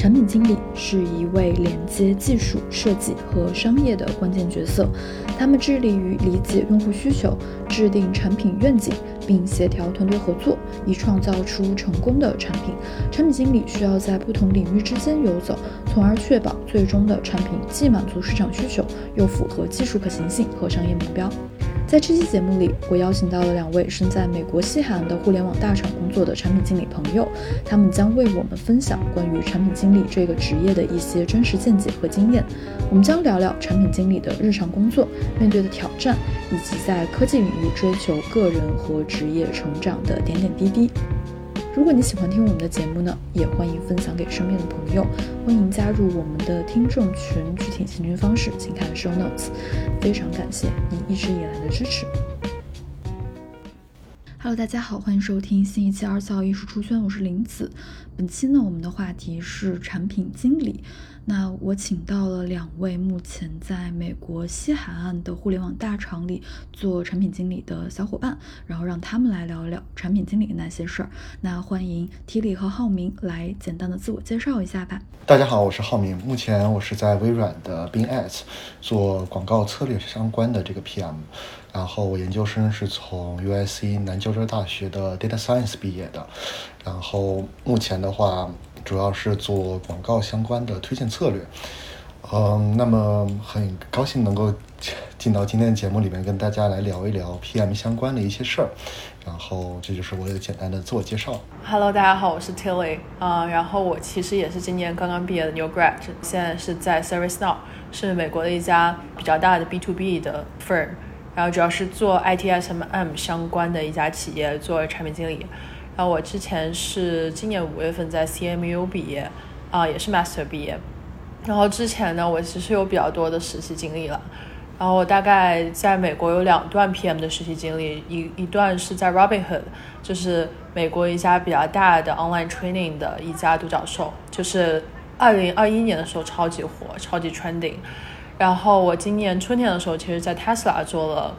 产品经理是一位连接技术、设计和商业的关键角色，他们致力于理解用户需求，制定产品愿景，并协调团队合作，以创造出成功的产品。产品经理需要在不同领域之间游走，从而确保最终的产品既满足市场需求，又符合技术可行性和商业目标。在这期节目里，我邀请到了2位身在美国西海岸的互联网大厂工作的产品经理朋友，他们将为我们分享关于产品经理这个职业的一些真实见解和经验。我们将聊聊产品经理的日常工作、面对的挑战，以及在科技领域追求个人和职业成长的点点滴滴。如果你喜欢听我们的节目呢，也欢迎分享给身边的朋友，欢迎加入我们的听众群，具体进群方式请看 show notes。非常感谢您一直以来的支持。Hello， 大家好，欢迎收听新一期二次艺术出圈，我是林子。本期呢，我们的话题是产品经理。那我请到了2位目前在美国西海岸的互联网大厂里做产品经理的小伙伴，然后让他们来聊一聊产品经理的那些事儿。那欢迎 Tilly 和浩明来简单的自我介绍一下吧。 大家好，我是浩明，目前我是在微软的 Bing Ads 做广告策略相关的这个 PM， 然后我研究生是从 USC 南加州大学的 Data Science 毕业的，然后目前的话主要是做广告相关的推荐策略。那么很高兴能够进到今天的节目里面跟大家来聊一聊 PM 相关的一些事儿，然后这就是我的简单的自我介绍。 Hello， 大家好，我是 Tilly，然后我其实也是今年刚刚毕业的 New Grad， 现在是在 ServiceNow， 是美国的一家比较大的 B2B 的 firm， 然后主要是做 ITSM 相关的一家企业做产品经理。然后我之前是今年5月份在 CMU 毕业，也是 Master 毕业。然后之前呢，我其实有比较多的实习经历了。然后我大概在美国有2段 PM 的实习经历，一段是在 Robinhood， 就是美国一家比较大的 online training 的一家独角兽，就是2021年的时候超级火，超级 trending。然后我今年春天的时候，其实在 Tesla 做了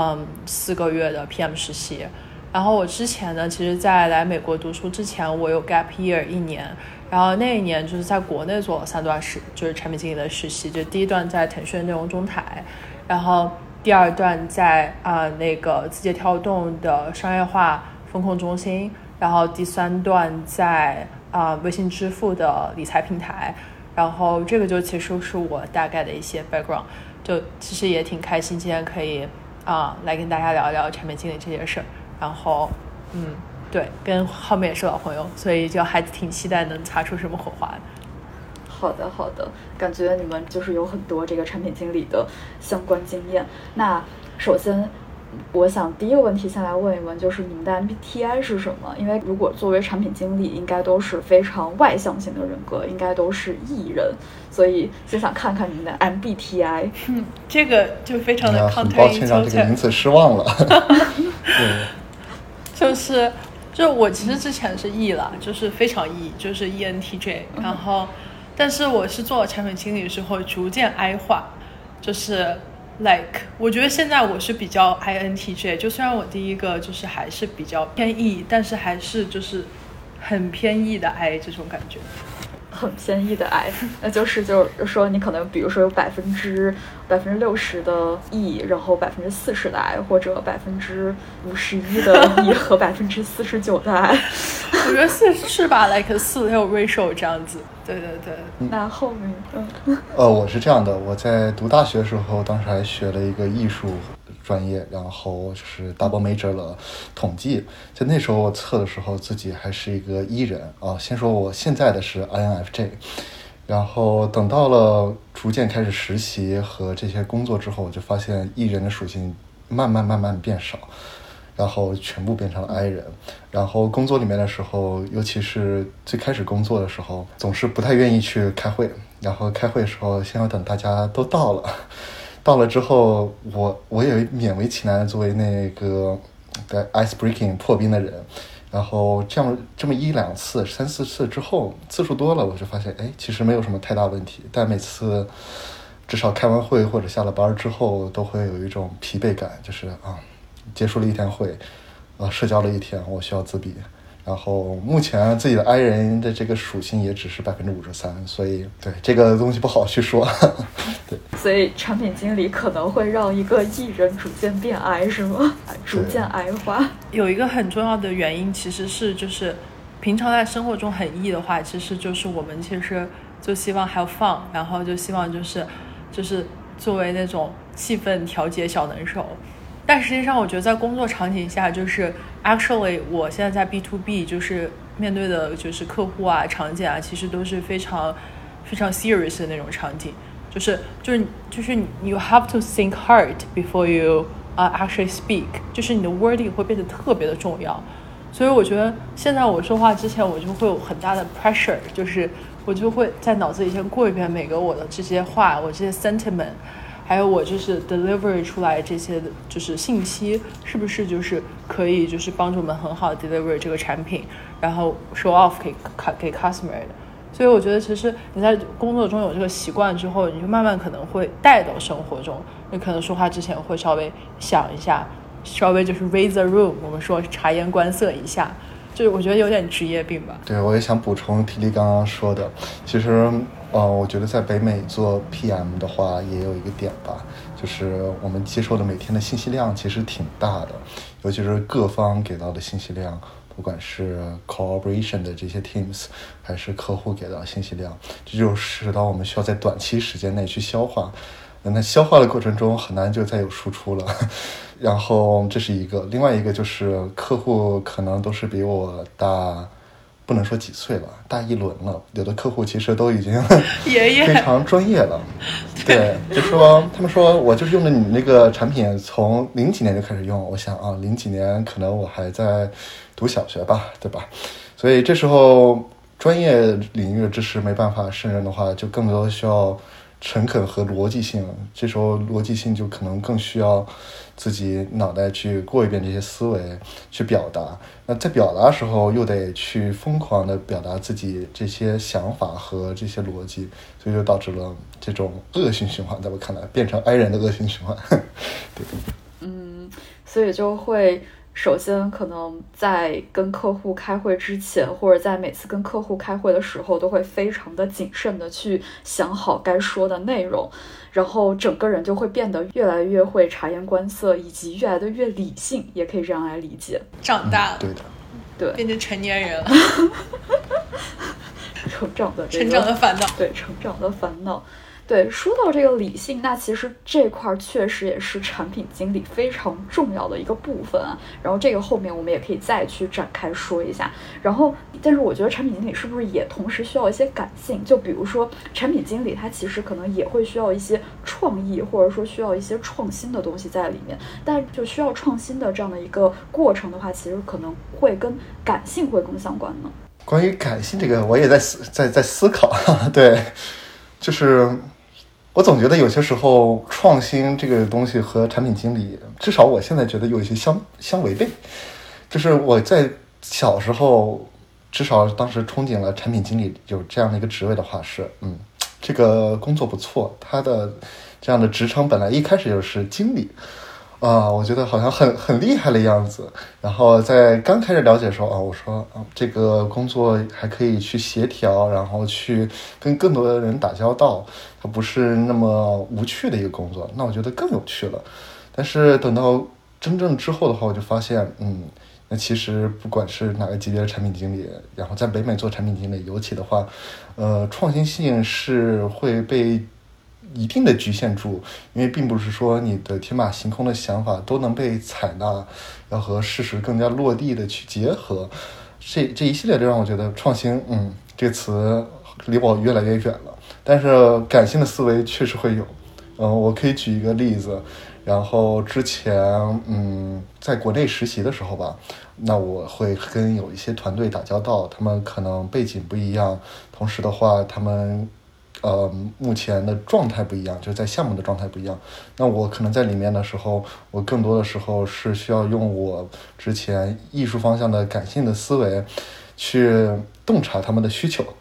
4个月的 PM 实习。然后我之前呢，其实在来美国读书之前，我有 gap year 1年，然后那一年就是在国内做了3段就是产品经理的实习，就第一段在腾讯内容中台，然后第2段在那个字节跳动的商业化风控中心，然后第3段在微信支付的理财平台。然后这个就其实是我大概的一些 background， 就其实也挺开心今天可以来跟大家聊聊产品经理这些事儿。然后对，跟浩明也是老朋友，所以就还挺期待能擦出什么火花的。 好的，感觉你们就是有很多这个产品经理的相关经验。那首先我想第一个问题先来问一问，就是你们的 MBTI 是什么？因为如果作为产品经理，应该都是非常外向型的人格，应该都是 E 人，所以就想看看你们的 MBTI。 这个就非常的 counterintuitive。 很抱歉让这个名词失望了。对， 就我其实之前是 E 了，就是非常 E， 就是 ENTJ， 然后但是我是做了产品经理之后逐渐 I 化，就是我觉得现在我是比较 INTJ， 就虽然我第一个就是还是比较偏 E， 但是还是就是很偏 E 的 I 这种感觉。 很偏 E 的 I， 那就是说你可能比如说有60%的 E， 然后40%的 I， 或者51%的 E 和49%的 I。 我觉得是吧，4-6 ratio 这样子。对。 那后面我是这样的，我在读大学的时候，当时还学了一个艺术专业，然后就是 double major 了统计。在那时候我测的时候，自己还是一个 E 人啊。先说我现在的是 INFJ， 然后等到了逐渐开始实习和这些工作之后，我就发现 E 人的属性慢慢变少，然后全部变成了 I 人。然后工作里面的时候，尤其是最开始工作的时候，总是不太愿意去开会，然后开会的时候先要等大家都到了。到了之后，我也勉为其难作为那个 ice breaking 破冰的人，然后这么1-2次、3-4次之后，次数多了，我就发现，其实没有什么太大问题。但每次至少开完会或者下了班之后，都会有一种疲惫感，就是结束了一天会，社交了一天，我需要自闭， 然后目前自己的 I 人的这个属性也只是53%，所以对这个东西不好去说。对， 所以产品经理可能会让一个艺人逐渐变 I 是吗？逐渐 I 化。 有一个很重要的原因其实是就是平常在生活中很 E 的话，其实就是我们其实就希望 have fun， 然后就希望就是作为那种气氛调节小能手。但实际上我觉得在工作场景下，就是 actually 我现在在 B2B 就是面对的就是客户啊场景啊，其实都是非常非常 serious 的那种场景，就是you have to think hard before you actually speak， 就是你的 wording 会变得特别的重要。所以我觉得现在我说话之前我就会有很大的 pressure， 就是我就会在脑子里先过一遍每个我的这些话，我这些 sentiment， 还有我就是 delivery 出来这些就是信息是不是就是可以就是帮助我们很好的 deliver 这个产品，然后 show off 给 customer 的。所以我觉得其实你在工作中有这个习惯之后，你就慢慢可能会带到生活中，你可能说话之前会稍微想一下，稍微就是 raise the room， 我们说察言观色一下，就是我觉得有点职业病吧。 对，我也想补充体力刚刚说的，其实我觉得在北美做 PM 的话也有一个点吧，就是我们接受的每天的信息量其实挺大的，尤其是各方给到的信息量，不管是 collaboration 的这些 teams 还是客户给到的信息量，这就使到我们需要在短期时间内去消化，那消化的过程中很难就再有输出了。然后这是一个，另外一个就是客户可能都是比我大，不能说几岁了，大一轮了，有的客户其实都已经非常专业了。对，就说他们说我就是用的你那个产品从零几年就开始用，我想啊，零几年可能我还在读小学吧，对吧？所以这时候专业领域的知识没办法胜任的话，就更多需要诚恳和逻辑性，这时候逻辑性就可能更需要自己脑袋去过一遍这些思维去表达，那在表达的时候又得去疯狂的表达自己这些想法和这些逻辑，所以就导致了这种恶性循环，在我看来变成 I 人的恶性循环。对， 所以就会首先可能在跟客户开会之前，或者在每次跟客户开会的时候，都会非常的谨慎的去想好该说的内容，然后整个人就会变得越来越会察言观色，以及越来的越理性，也可以这样来理解。 长大了， 对的， 对， 变成成年人了。 成长的烦恼， 对，成长的烦恼。对，说到这个理性，那其实这块确实也是产品经理非常重要的一个部分啊。然后这个后面我们也可以再去展开说一下。然后，但是我觉得产品经理是不是也同时需要一些感性？就比如说产品经理他其实可能也会需要一些创意，或者说需要一些创新的东西在里面。但就需要创新的这样的一个过程的话，其实可能会跟感性会更相关呢。 关于感性这个，我也在思考。对，就是我总觉得有些时候创新这个东西和产品经理，至少我现在觉得有一些相违背。就是我在小时候，至少当时憧憬了产品经理有这样的一个职位的话是，这个工作不错，他的这样的职称本来一开始就是经理。我觉得好像很厉害的样子。然后在刚开始了解的时候我说这个工作还可以去协调，然后去跟更多的人打交道，它不是那么无趣的一个工作，那我觉得更有趣了。但是等到真正之后的话，我就发现那其实不管是哪个级别的产品经理，然后在北美做产品经理尤其的话，创新性是会被一定的局限住，因为并不是说你的天马行空的想法都能被采纳，要和事实更加落地的去结合，这一系列就让我觉得创新这个词离我越来越远了。但是感性的思维确实会有。我可以举一个例子，然后之前在国内实习的时候吧，那我会跟有一些团队打交道，他们可能背景不一样，同时的话他们目前的状态不一样，就是在项目的状态不一样。那我可能在里面的时候，我更多的时候是需要用我之前艺术方向的感性的思维去洞察他们的需求。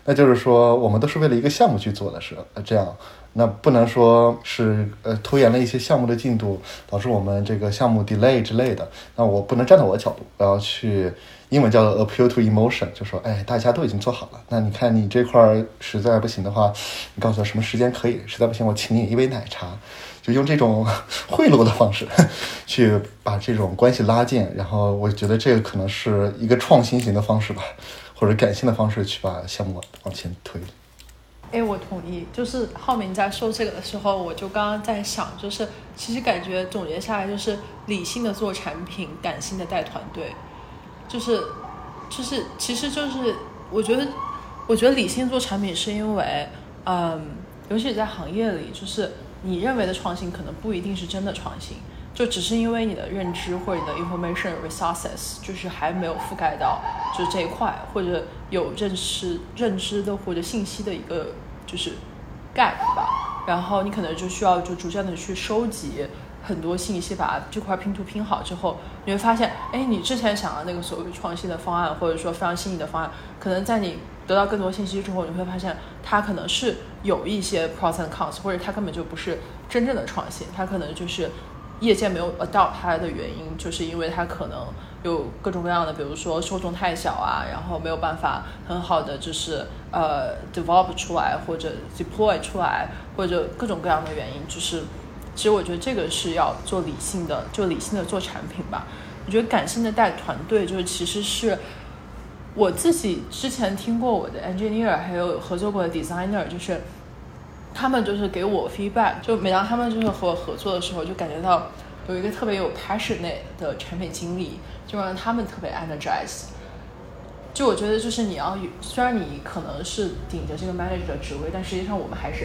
那就是说我们都是为了一个项目去做的，是这样。那不能说是拖延了一些项目的进度，导致我们这个项目 delay 之类的。那我不能站在我的角度，我要去英文叫做 appeal to emotion， 就说大家都已经做好了，那你看你这块实在不行的话，你告诉我什么时间可以，实在不行我请你一杯奶茶，就用这种贿赂的方式去把这种关系拉近。然后我觉得这个可能是一个创新型的方式吧，或者感性的方式去把项目往前推。 我同意。就是浩明在说这个的时候，我就刚刚在想，就是其实感觉总结下来就是理性的做产品，感性的带团队。就是其实就是我觉得理性做产品是因为尤其在行业里，就是你认为的创新可能不一定是真的创新，就只是因为你的认知或者你的 information resources 就是还没有覆盖到就是这一块，或者有认知的或者信息的一个就是 gap 吧，然后你可能就需要就逐渐的去收集很多信息，把这块拼图拼好之后，你会发现你之前想的那个所谓创新的方案或者说非常新颖的方案，可能在你得到更多信息之后，你会发现它可能是有一些 pros and cons， 或者它根本就不是真正的创新，它可能就是业界没有 adopt 它的原因，就是因为它可能有各种各样的，比如说受众太小啊，然后没有办法很好的就是develop 出来或者 deploy 出来，或者各种各样的原因。就是其实我觉得这个是要做理性的，就理性的做产品吧。我觉得感性的带团队，就是其实是我自己之前听过我的 engineer 还有合作过的 designer， 就是他们就是给我 feedback， 就每当他们就是和我合作的时候，就感觉到有一个特别有 passionate 的产品经理，就让他们特别 energized。就我觉得就是你要，虽然你可能是顶着这个 manager 的职位，但实际上我们还是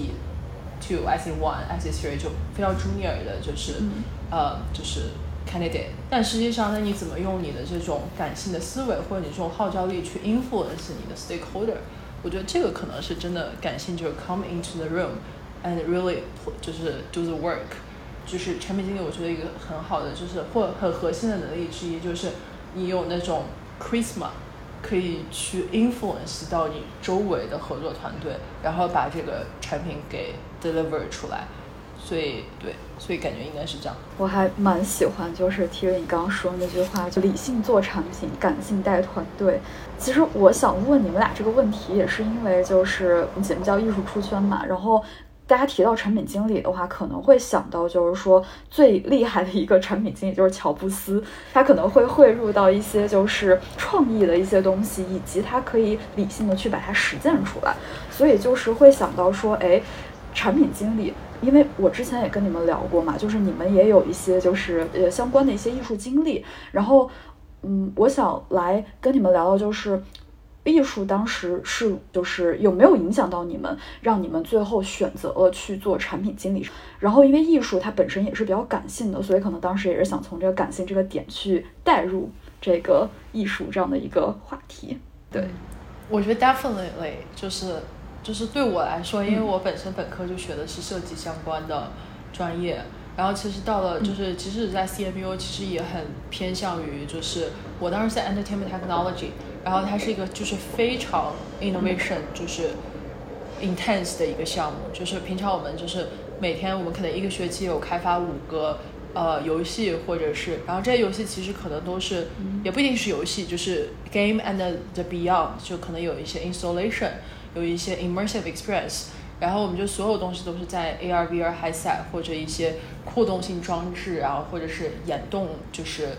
IC2、IC1、IC3 就非常 junior 的，就是就是 candidate。但实际上呢，你怎么用你的这种感性的思维或者你这种号召力去 influence 你的 stakeholder， 我觉得这个可能是真的感性，就是 come into the room and really 就是 do the work。就是产品经理，我觉得一个很好的就是或很核心的能力之一，就是你有那种 charisma， 可以去 influence 到你周围的合作团队，然后把这个产品给 deliver 出来。所以感觉应该是这样。 我还蛮喜欢就是提着你刚刚说的那句话，就理性做产品，感性带团队。其实我想问你们俩这个问题，也是因为就是节目叫艺术出圈嘛，然后大家提到产品经理的话，可能会想到就是说最厉害的一个产品经理就是乔布斯，他可能会汇入到一些就是创意的一些东西，以及他可以理性的去把它实践出来，所以就是会想到说产品经理，因为我之前也跟你们聊过嘛，就是你们也有一些就是相关的一些艺术经历，然后我想来跟你们聊聊就是艺术当时是就是有没有影响到你们，让你们最后选择了去做产品经理。然后因为艺术它本身也是比较感性的，所以可能当时也是想从这个感性这个点去带入这个艺术这样的一个话题。对， 我觉得 definitely 就是对我来说，因为我本身本科就学的是设计相关的专业，然后其实到了就是即使在 CMU 其实也很偏向于就是我当时在 entertainment technology， 然后它是一个就是非常 innovation 就是 intense 的一个项目，就是平常我们就是每天我们可能一个学期有开发5个游戏，或者是然后这些游戏其实可能都是也不一定是游戏，就是 game and the beyond， 就可能有一些 installation， 有一些 immersive experience， 然后我们就所有东西都是在 AR、VR headset 或者一些互动性装置，然后或者是眼动就是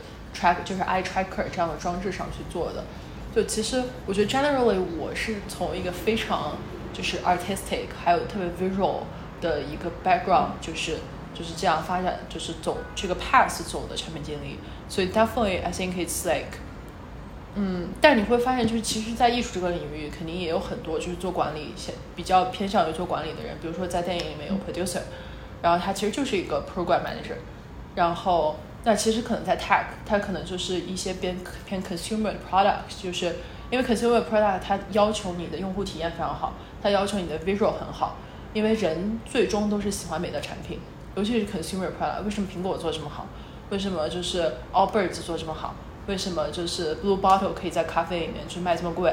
eye tracker 这样的装置上去做的。就其实我觉得 generally 我是从一个非常就是 artistic 还有特别 visual 的一个 background， 就是这样发展，就是走这个 path 走的产品经理。所以 definitely I think it's like但你会发现就是其实在艺术这个领域肯定也有很多就是做管理比较偏向于做管理的人，比如说在电影里面有 producer， 然后他其实就是一个 program manager， 然后那其实可能在 tech 它可能就是一些偏 consumer 的 product， 就是因为 consumer product 它要求你的用户体验非常好，它要求你的 visual 很好，因为人最终都是喜欢美的产品，尤其是 consumer product。 为什么苹果做这么好？为什么就是 Allbirds 做这么好？为什么就是 Blue Bottle 可以在咖啡里面就卖这么贵？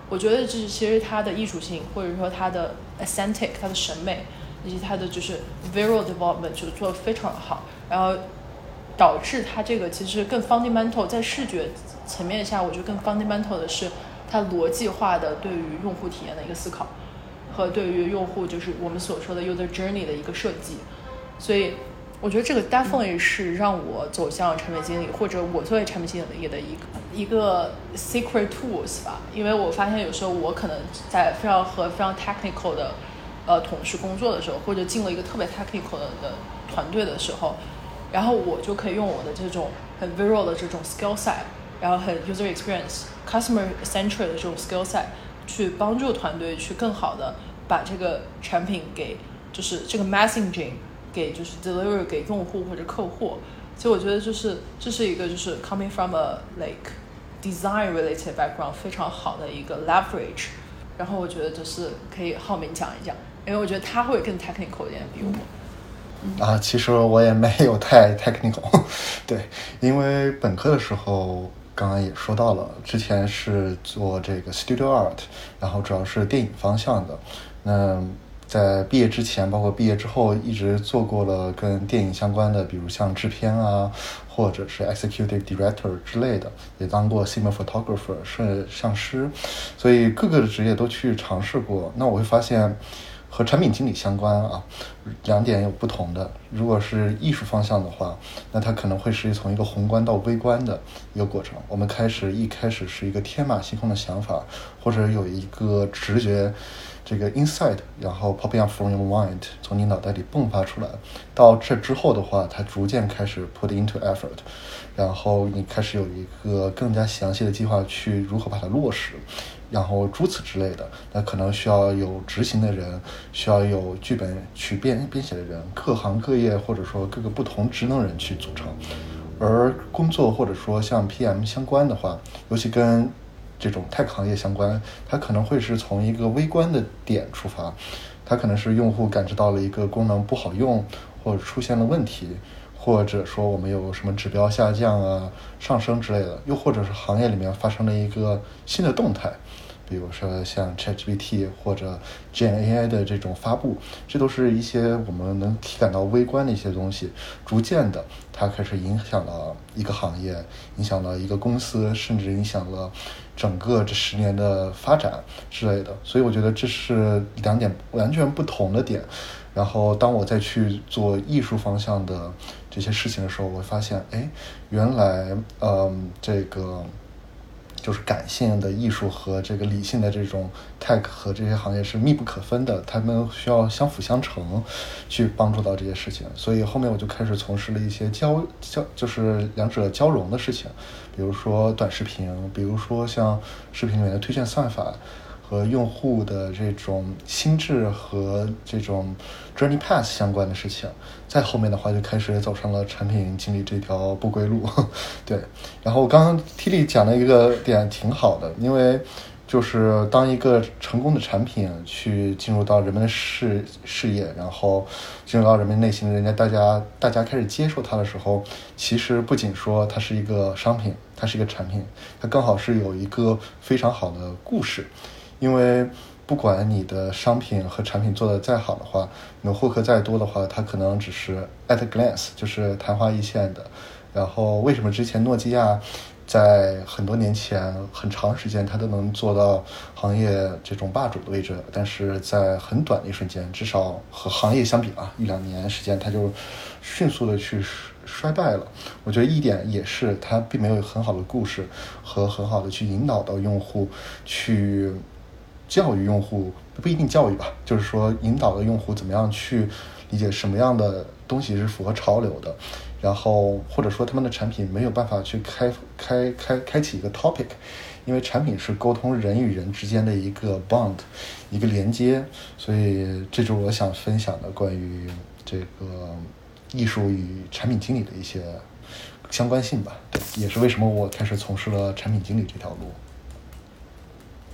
我觉得其实它的艺术性，或者说它的 aesthetic， 它的审美，以及它的就是 visual development 就做得非常的好，然后导致它这个其实更 fundamental， 在视觉层面下，我觉得更 fundamental 的是它逻辑化的对于用户体验的一个思考，和对于用户就是我们所说的 user journey 的一个设计。所以我觉得这个 definitely 是让我走向产品经理，或者我作为产品经理的一个 secret tools 吧。因为我发现有时候我可能在非常 technical 的同事工作的时候，或者进了一个特别 technical 的团队的时候，然后我就可以用我的这种很 visual 的这种 skill set， 然后很 user experience customer centric 的这种 skill set， 去帮助团队去更好的把这个产品给就是这个 messaging 给就是 deliver 给用户或者客户。所以我觉得就是这是一个就是 coming from a like design related background 非常好的一个 leverage。然后我觉得就是可以浩明讲一讲，因为我觉得他会更 technical 一点比我。 其实我也没有太 technical 对，因为本科的时候刚刚也说到了，之前是做这个 studio art， 然后主要是电影方向的。那在毕业之前包括毕业之后一直做过了跟电影相关的，比如像制片啊，或者是 executive director 之类的，也当过 cinematographer 摄像师，所以各个的职业都去尝试过。那我会发现和产品经理相关两点有不同的。如果是艺术方向的话，那它可能会是从一个宏观到微观的一个过程。我们一开始是一个天马行空的想法，或者有一个直觉，这个 insight， 然后 popping up from your mind， 从你脑袋里迸发出来。到这之后的话，它逐渐开始 put into effort， 然后你开始有一个更加详细的计划去如何把它落实，然后诸此之类的。那可能需要有执行的人，需要有剧本去编写的人，各行各业或者说各个不同职能人去组成。而工作或者说像 PM 相关的话，尤其跟这种 tech 行业相关，它可能会是从一个微观的点出发，它可能是用户感知到了一个功能不好用，或者出现了问题，或者说我们有什么指标下降啊、上升之类的，又或者是行业里面发生了一个新的动态，比如说像 ChatGPT 或者 GenAI 的这种发布，这都是一些我们能体感到微观的一些东西，逐渐的它开始影响了一个行业，影响了一个公司，甚至影响了整个这10年的发展之类的。所以我觉得这是两点完全不同的点。然后当我再去做艺术方向的这些事情的时候，我会发现原来这个就是感性的艺术和这个理性的这种 tech 和这些行业是密不可分的，他们需要相辅相成去帮助到这些事情。所以后面我就开始从事了一些就是两者交融的事情，比如说短视频，比如说像视频里面的推荐算法和用户的这种心智和这种 journey path 相关的事情。再后面的话就开始走上了产品经理这条不归路。对，然后刚刚 Tilly 讲的一个点挺好的，因为就是当一个成功的产品去进入到人们的视野，然后进入到人们内心，大家开始接受它的时候，其实不仅说它是一个商品，它是一个产品，它更好是有一个非常好的故事。因为不管你的商品和产品做得再好的话，你的获客再多的话，它可能只是 at a glance， 就是昙花一现的。然后为什么之前诺基亚在很多年前很长时间它都能做到行业这种霸主的位置，但是在很短的一瞬间，至少和行业相比1-2年时间，它就迅速的去衰败了。我觉得一点也是它并没有很好的故事和很好的去引导到用户，去教育用户，不一定教育吧，就是说引导的用户怎么样去理解什么样的东西是符合潮流的，然后或者说他们的产品没有办法去开启一个 topic， 因为产品是沟通人与人之间的一个 bond， 一个连接。所以这就是我想分享的关于这个艺术与产品经理的一些相关性吧。对，也是为什么我开始从事了产品经理这条路。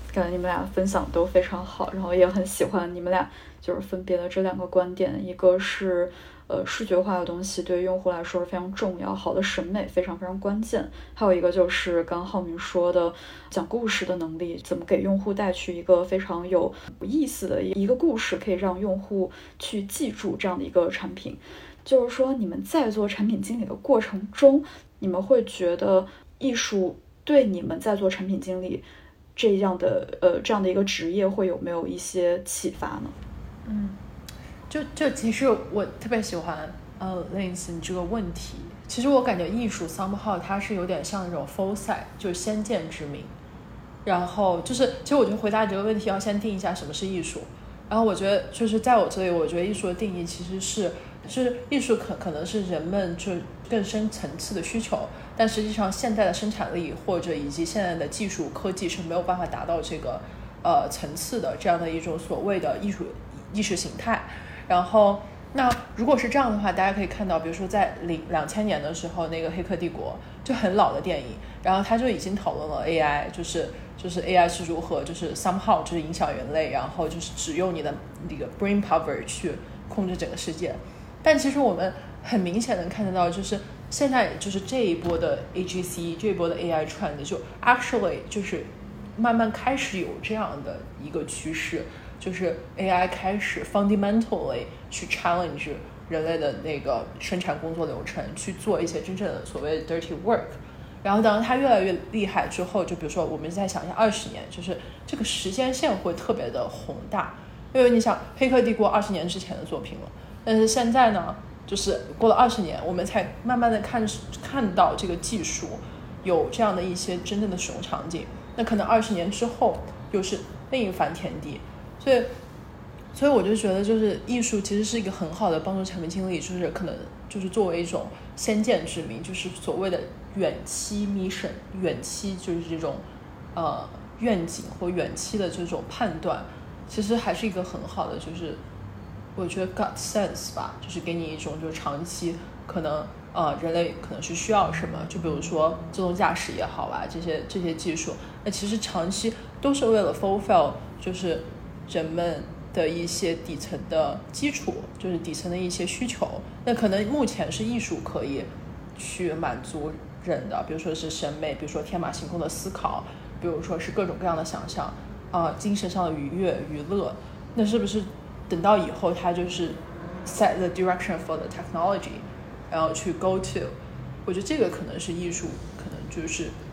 感觉你们俩分享都非常好，然后也很喜欢你们俩就是分别的这两个观点，一个是视觉化的东西对用户来说是非常重要，好的审美非常非常关键，还有一个就是刚浩明说的讲故事的能力，怎么给用户带去一个非常有意思的一个故事，可以让用户去记住这样的一个产品。就是说你们在做产品经理的过程中，你们会觉得艺术对你们在做产品经理这样的一个职业会有没有一些启发呢？ 就其实我特别喜欢Lens 你这个问题。其实我感觉艺术 somehow 它是有点像那种 foresight， 就是先见之明。然后其实我觉得回答你这个问题要先定一下什么是艺术。然后我觉得就是在我这里，我觉得艺术的定义其实是艺术可能是人们就更深层次的需求，但实际上现在的生产力或者以及现在的技术科技是没有办法达到这个层次的这样的一种所谓的意识形态。然后那如果是这样的话，大家可以看到比如说在2000年的时候，那个黑客帝国就很老的电影，然后他就已经讨论了 AI， 就是 AI 是如何就是 somehow 就是影响人类，然后就是只用你的那个 brain power 去控制整个世界。但其实我们很明显能看得到，就是现在就是这一波的 AGC 这一波的 AI trend 就 actually 就是慢慢开始有这样的一个趋势，就是 AI 开始 fundamentally 去 challenge 人类的那个生产工作流程，去做一些真正的所谓的 dirty work。然后当它越来越厉害之后，就比如说我们再想一下20年，就是这个时间线会特别的宏大。因为你想黑客帝国20年之前的作品了，但是现在呢就是过了20年，我们才慢慢的看到这个技术有这样的一些真正的使用场景，那可能20年之后又是另一番天地。所以我就觉得就是艺术其实是一个很好的帮助产品经理，就是可能就是作为一种先见之明，就是所谓的远期 mission， 远期就是这种愿景或远期的这种判断，其实还是一个很好的，就是我觉得 gut sense 吧，就是给你一种就是长期可能人类可能是需要什么，就比如说自动驾驶也好吧，这些技术，那其实长期都是为了 fulfill 就是人们的一些底层的基础，就是底层的一些需求。那可能目前是艺术可以去满足人的，比如说是审美，比如说天马行空的思考，比如说是各种各样的想象精神上的愉悦娱乐。那是不是等到以后它就是 set the direction for the technology， 然后去 go to， 我觉得这个可能是艺术可能就是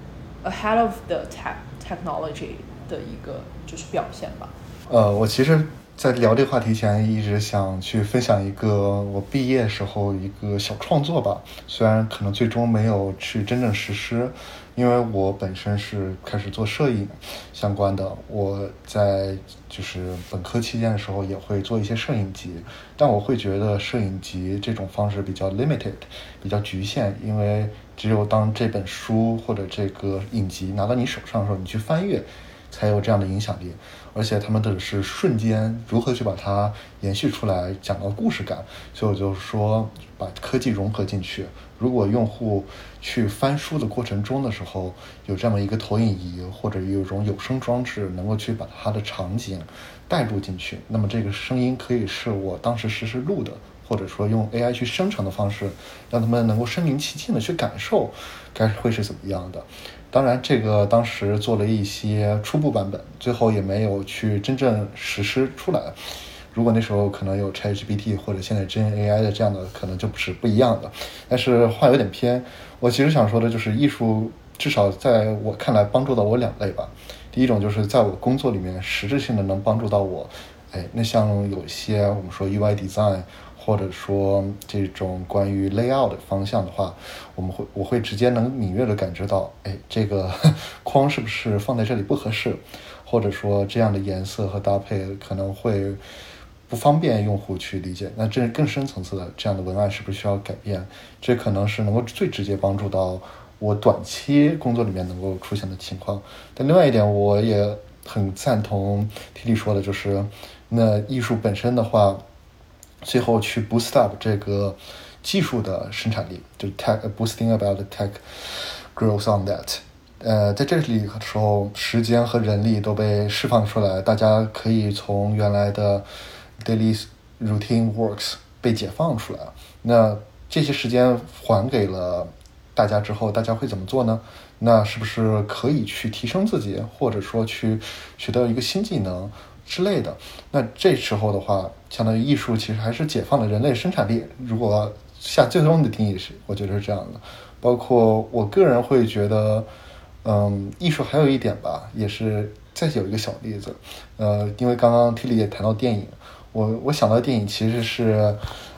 ahead of the technology 的一个就是表现吧。 我其实在聊这个话题前一直想去分享一个我毕业时候一个小创作吧，虽然可能最终没有去真正实施，因为我本身是开始做摄影相关的，我在就是本科期间的时候也会做一些摄影集，但我会觉得摄影集这种方式比较 limited， 比较局限，因为只有当这本书或者这个影集拿到你手上的时候，你去翻阅才有这样的影响力，而且他们的是瞬间如何去把它延续出来，讲到故事感。所以我就说把科技融合进去，如果用户去翻书的过程中的时候有这么一个投影仪或者有一种有声装置能够去把它的场景带入进去，那么这个声音可以是我当时实时录的，或者说用 AI 去生成的方式，让他们能够身临其境的去感受该会是怎么样的。当然这个当时做了一些初步版本，最后也没有去真正实施出来。如果那时候可能有 ChatGPT 或者现在真 AI 的这样的，可能就是不一样的。但是话有点偏，我其实想说的就是艺术至少在我看来帮助到我2类吧。第一种就是在我工作里面实质性的能帮助到我，那像有些我们说 UI design或者说这种关于 layout 的方向的话，我会直接能敏锐的感觉到，这个框是不是放在这里不合适，或者说这样的颜色和搭配可能会不方便用户去理解，那这更深层次的这样的文案是不是需要改变，这可能是能够最直接帮助到我短期工作里面能够出现的情况。但另外一点我也很赞同 Tilly 说的，就是那艺术本身的话最后去 boost up 这个技术的生产力，就是 boosting about the tech growth on that。 在这里的时候，时间和人力都被释放出来，大家可以从原来的 daily routine works 被解放出来。那这些时间还给了大家之后，大家会怎么做呢？那是不是可以去提升自己，或者说去学到一个新技能之类的？那这时候的话，相当于艺术其实还是解放了人类生产力。如果下最终的定义是，我觉得是这样的。包括我个人会觉得，艺术还有一点吧，也是再有一个小例子，因为刚刚 Tilly 也谈到电影，我想到的电影其实是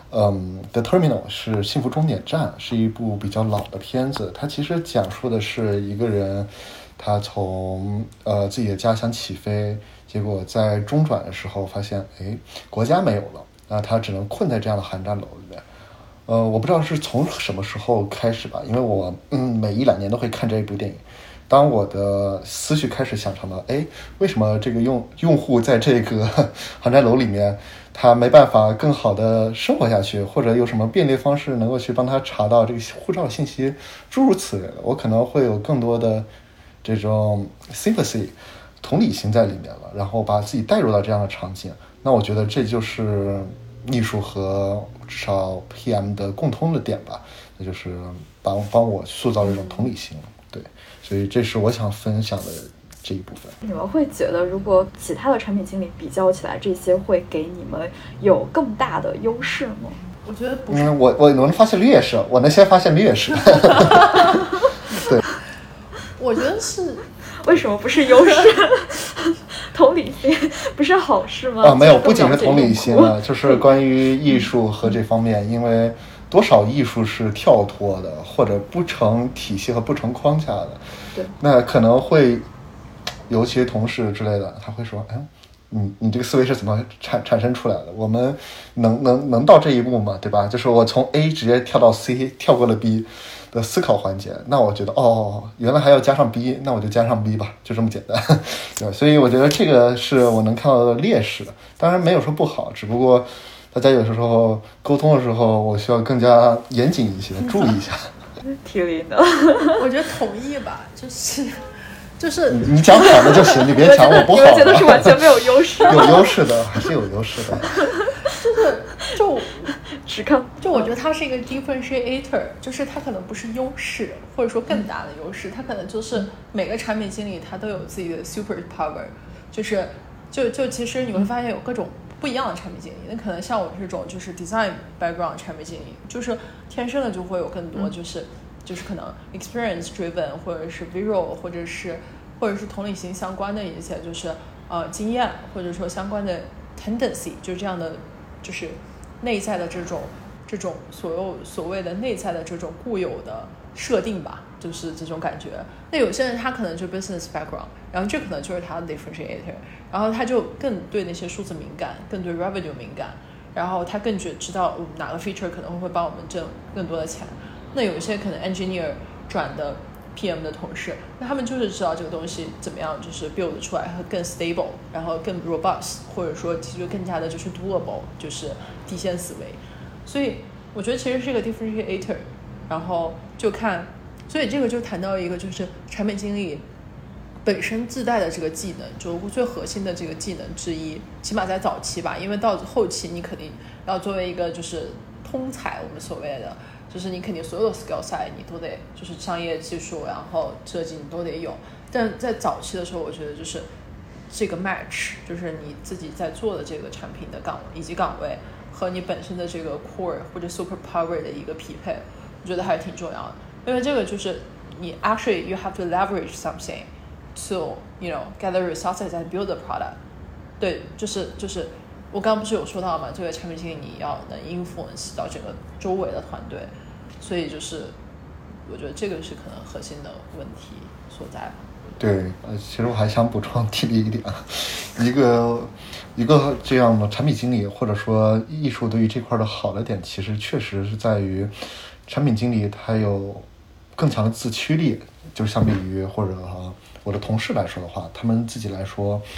The Terminal 是幸福终点站，是一部比较老的片子。它其实讲述的是一个人，他从自己的家乡起飞，结果在中转的时候发现，国家没有了，那他只能困在这样的航站楼里面。我不知道是从什么时候开始吧，因为我每1-2年都会看这一部电影。当我的思绪开始想成了，为什么这个用户在这个航站楼里面，他没办法更好的生活下去，或者有什么便利方式能够去帮他查到这个护照信息，诸如此类的，我可能会有更多的这种 sympathy 同理心在里面了，然后把自己带入到这样的场景。那我觉得这就是艺术和至少 PM 的共通的点吧，那就是帮我塑造这种同理心。对，所以这是我想分享的这一部分。 你们会觉得如果其他的产品经理比较起来，这些会给你们有更大的优势吗？ 我觉得不是。 我能发现劣势，我能先发现劣势。对， 我觉得是。 为什么不是优势？同理心不是好事吗？ 没有，不仅是同理心了，就是关于艺术和这方面，因为多少艺术是跳脱的，或者不成体系和不成框架的。 对， 那可能会有些同事之类的，他会说，你这个思维是怎么产生出来的？我们能到这一步吗？对吧？就是我从 A 直接跳到 C， 跳过了 B 的思考环节。那我觉得原来还要加上 B， 那我就加上 B 吧，就这么简单。对，所以我觉得这个是我能看到的劣势的。当然没有说不好，只不过大家有时候沟通的时候，我需要更加严谨一些，注意一下。 体力呢？ 我觉得同意吧，就是你讲好的就行，你别讲我不好的。 你们觉得是完全没有优势？ 有优势的，还是有优势的。 就我觉得它是一个 differentiator， 就是它可能不是优势，或者说更大的优势，它可能就是每个产品经理他都有自己的 super power， 就其实你会发现有各种不一样的产品经理，那可能像我这种就是 design background 产品经理，就是天生的就会有更多就是可能 experience driven 或者是 visual 或者是同理心相关的一些就是经验，或者说相关的 tendency， 就是这样的就是内在的这种所谓的内在的这种固有的设定吧，就是这种感觉。那有些人他可能就 business background， 然后这可能就是他的 differentiator， 然后他就更对那些数字敏感，更对 revenue 敏感，然后他更知道哪个 feature 可能会帮我们挣更多的钱。那有一些可能 engineer 转的 PM 的同事，那他们就是知道这个东西怎么样就是 build 出来会更 stable， 然后更 robust， 或者说其实更加的就是 doable， 就是地线思维。所以我觉得其实是一个 differentiator， 然后就看，所以这个就谈到一个就是产品经理本身自带的这个技能，就最核心的这个技能之一，起码在早期吧，因为到后期你肯定要作为一个就是通才，我们所谓的就是你肯定所有的 skill set 你都得就是商业技术然后设计你都得有，但在早期的时候我觉得就是这个 match 就是你自己在做的这个产品的岗位以及岗位和你本身的这个 core 或者 super power 的一个匹配，我觉得还是挺重要的。因为这个就是你 actually you have to leverage something to get the resources and build the product。 对，就是我刚刚不是有说到嘛，这个产品经理你要能 influence 到整个周围的团队，所以就是我觉得这个是可能核心的问题所在吧。 对，其实我还想补充提一点，一个这样的产品经理或者说艺术对于这块的好的点，其实确实是在于产品经理他有更强的自驱力，就相比于或者我的同事来说的话，他们自己来说，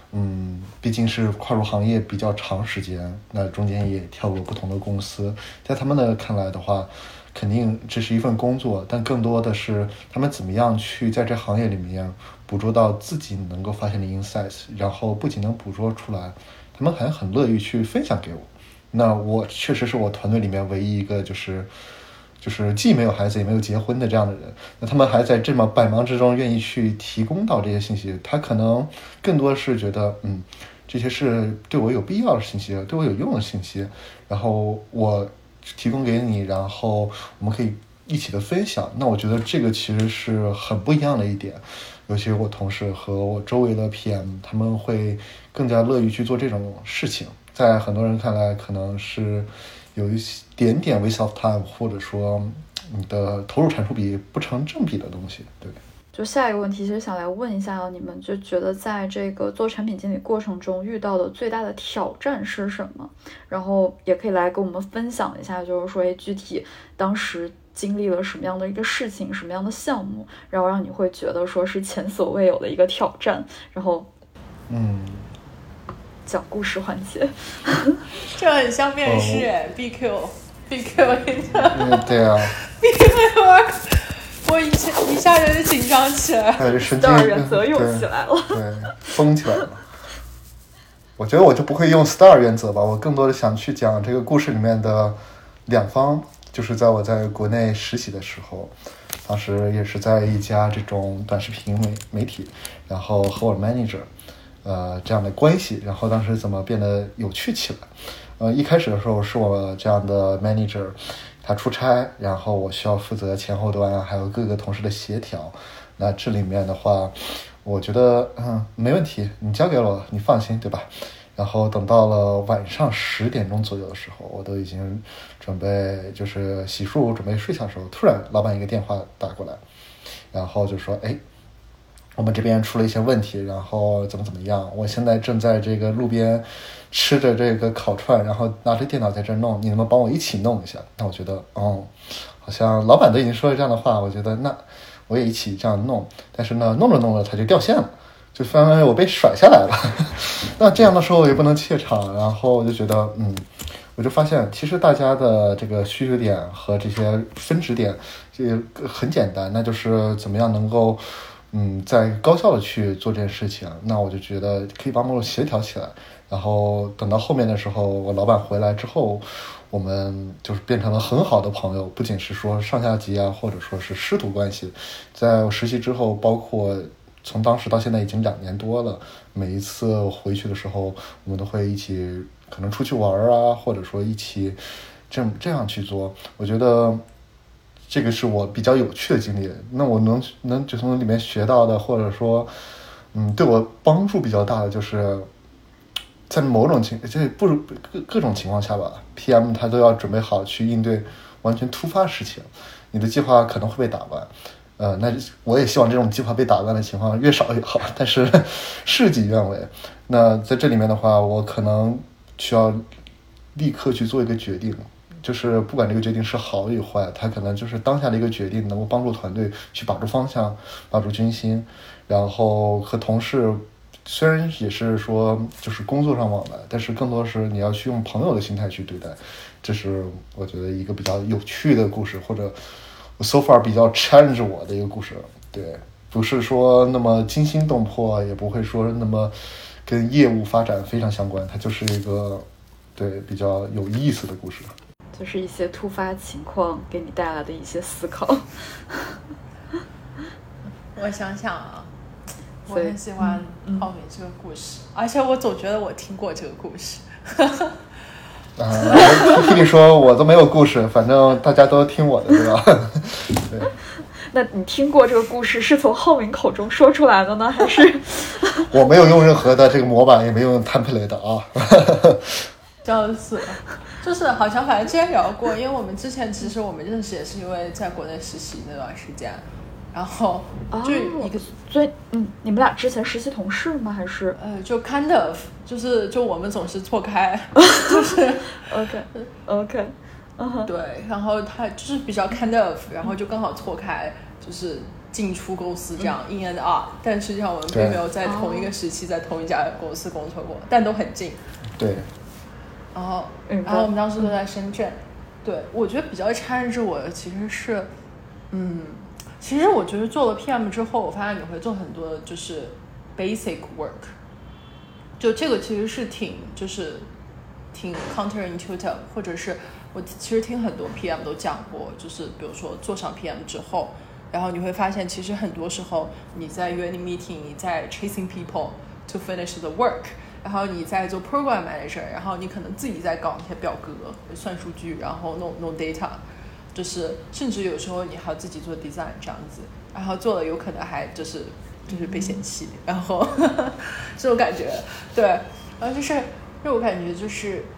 毕竟是跨入行业比较长时间，那中间也跳过不同的公司，在他们的看来的话，肯定这是一份工作，但更多的是他们怎么样去在这行业里面捕捉到自己能够发现的 insights， 然后不仅能捕捉出来，他们还很乐意去分享给我。那我确实是我团队里面唯一一个就是既没有孩子也没有结婚的这样的人，那他们还在这么百忙之中愿意去提供到这些信息，他可能更多是觉得这些是对我有必要的信息，对我有用的信息，然后我提供给你，然后我们可以一起的分享。那我觉得这个其实是很不一样的一点，尤其是我同事和我周围的 PM， 他们会更加乐于去做这种事情，在很多人看来可能是有一点点 waste of time， 或者说你的投入产出比不成正比的东西。对， 就下一个问题，其实想来问一下你们就觉得在这个做产品经理过程中遇到的最大的挑战是什么？然后也可以来跟我们分享一下，就是说具体当时经历了什么样的一个事情，什么样的项目，然后让你会觉得说是前所未有的一个挑战，然后讲故事环节。 这很像面试BQ 对啊 BQ 我一下就紧张起来， 第二原则用起来了， 对，疯起来了。我觉得我就不会用 STAR 原则吧，我更多的想去讲这个故事里面的两方。就是在我在国内实习的时候，当时也是在一家这种短视频媒体，然后和我的 manager这样的关系，然后当时怎么变得有趣起来。一开始的时候是我这样的 manager， 他出差，然后我需要负责前后端还有各个同事的协调。那这里面的话，我觉得没问题，你交给我，你放心，对吧？然后等到了晚上10点钟左右的时候，我都已经准备就是洗漱准备睡觉的时候，突然老板一个电话打过来，然后就说我们这边出了一些问题，然后怎么样，我现在正在这个路边吃着这个烤串，然后拿着电脑在这弄，你能不能帮我一起弄一下？那我觉得好像老板都已经说了这样的话，我觉得那我也一起这样弄，但是呢弄着他就掉线了，就相当于我被甩下来了。那这样的时候我也不能怯场，然后我就觉得我就发现其实大家的这个需求点和这些分值点这很简单，那就是怎么样能够在高效的去做这件事情。那我就觉得可以帮我协调起来，然后等到后面的时候我老板回来之后，我们就是变成了很好的朋友，不仅是说上下级啊，或者说是师徒关系。在我实习之后，包括从当时到现在已经2年多了，每一次回去的时候我们都会一起可能出去玩啊，或者说一起这样去做。我觉得这个是我比较有趣的经历，那我能就从里面学到的，或者说对我帮助比较大的，就是在某种各种情况下吧， PM 他都要准备好去应对完全突发事情，你的计划可能会被打乱。那我也希望这种计划被打乱的情况越少越好，但是事与愿违。那在这里面的话，我可能需要立刻去做一个决定，就是不管这个决定是好与坏，它可能就是当下的一个决定，能够帮助团队去把住方向，把住军心，然后和同事虽然也是说就是工作上往来，但是更多是你要去用朋友的心态去对待。这是我觉得一个比较有趣的故事，或者so far 比较 challenge 我的一个故事。对，不是说那么惊心动魄，也不会说那么跟业务发展非常相关，它就是一个比较有意思的故事， 就是一些突发情况给你带来的一些思考。 我想想啊，我很喜欢浩明这个故事，而且我总觉得我听过这个故事。 我听你说我都没有故事，反正大家都听我的，对吧？对。 那你听过这个故事是从浩明口中说出来的呢，还是？ 我没有用任何的这个模板，也没有用 template 啊。 就是好像反正之前聊过，因为我们之前其实我们认识也是因为在国内实习那段时间，然后就一个所以你们俩之前实习同事吗？还是就 kind of 就我们总是错开，就是 OK。 对，然后他就是比较 kind of， 然后就刚好错开，就是进出公司这样 in and out，但实际上我们并没有在同一个时期在同一家公司工作过，但都很近。 对。 然后我们当时都在深圳。对，我觉得比较牵制我的其实是，其实我觉得做了 PM 之后，我发现你会做很多就是 basic work， 就这个其实是挺 counterintuitive， 或者是我其实听很多 PM 都讲过，就是比如说做上 PM 之后，然后你会发现其实很多时候你在约 meeting， 你在 chasing people to finish the work， 然后你在做 program manager， 然后你可能自己在搞一些表格算数据，然后弄 data， 就是甚至有时候你还要自己做 design 这样子，然后做了有可能还就是被嫌弃，然后这种感觉。对，然后就是我感觉就是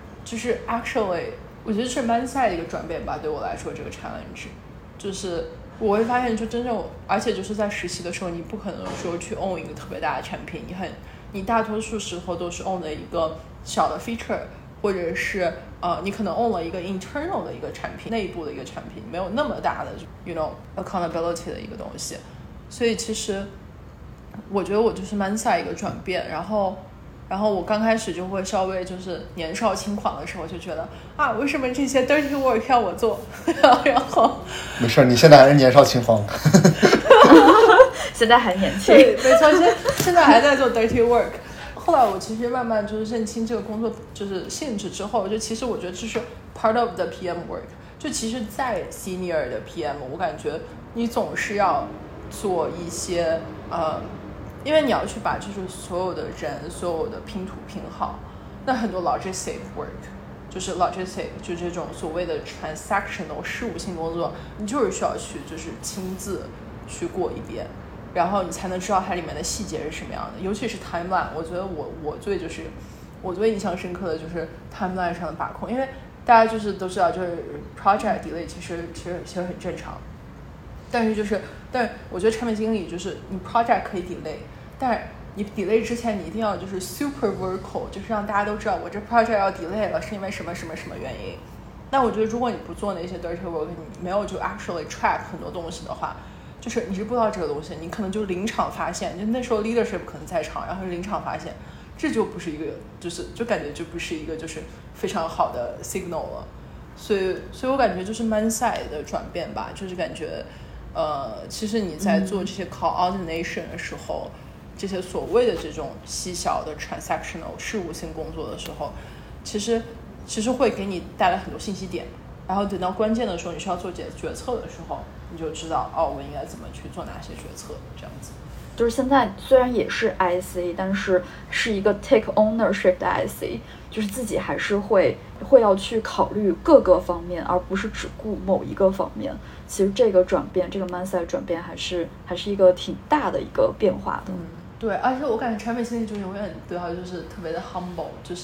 actually 我觉得是蛮大的一个转变吧，对我来说这个 challenge 就是我会发现就真正，而且就是在实习的时候你不可能说去 own 一个特别大的产品，你大多数时候都是 own 的一个小的 feature， 或者是你可能 own 了一个 internal 的一个产品，内部的一个产品，没有那么大的 accountability 的一个东西。所以其实我觉得我就是蛮大一个转变。然后我刚开始就会稍微就是年少轻狂的时候就觉得为什么这些 dirty work 要我做然后没事，你现在还是年少轻狂现在还年轻。 对，没错，现在还在做 dirty work。 后来我其实慢慢就是认清这个工作就是性质之后，就其实我觉得这是 part of the PM work。 就其实在 senior 的 PM 我感觉你总是要做一些因为你要去把就是所有的人所有的拼图拼好，那很多 logistic work 就是 logistic 就这种所谓的 transactional 事务性工作，你就是需要去就是亲自去过一遍，然后你才能知道它里面的细节是什么样的。尤其是 timeline， 我觉得我最印象深刻的就是 timeline 上的把控。因为大家就是都知道就是 project delay 其实很正常，但是我觉得产品经理就是你 project 可以 delay， 但是你 delay 之前你一定要就是 super vocal， 就是让大家都知道我这 project 要 delay 了是因为什么什么什么原因。那我觉得如果你不做那些 dirty work， 你没有就 actually track 很多东西的话，就是你是不知道这个东西，你可能就临场发现，就那时候 leadership 可能在场，然后临场发现，这就不是一个就感觉就不是一个就是非常好的 signal 了。所以我感觉就是 mindset 的转变吧，就是感觉其实你在做这些 coordination 的时候，这些所谓的这种细小的 transactional 事务性工作的时候，其实会给你带来很多信息点，然后等到关键的时候你需要做决策的时候，你就知道我应该怎么去做哪些决策，这样子。 就是现在虽然也是 IC， 但是是一个 take ownership 的 IC， 就是自己还是会要去考虑各个方面，而不是只顾某一个方面。其实这个转变，这个 mindset 转变还是一个挺大的一个变化的。 对，而且我感觉产品经理就永远都要就是特别的 humble， 就是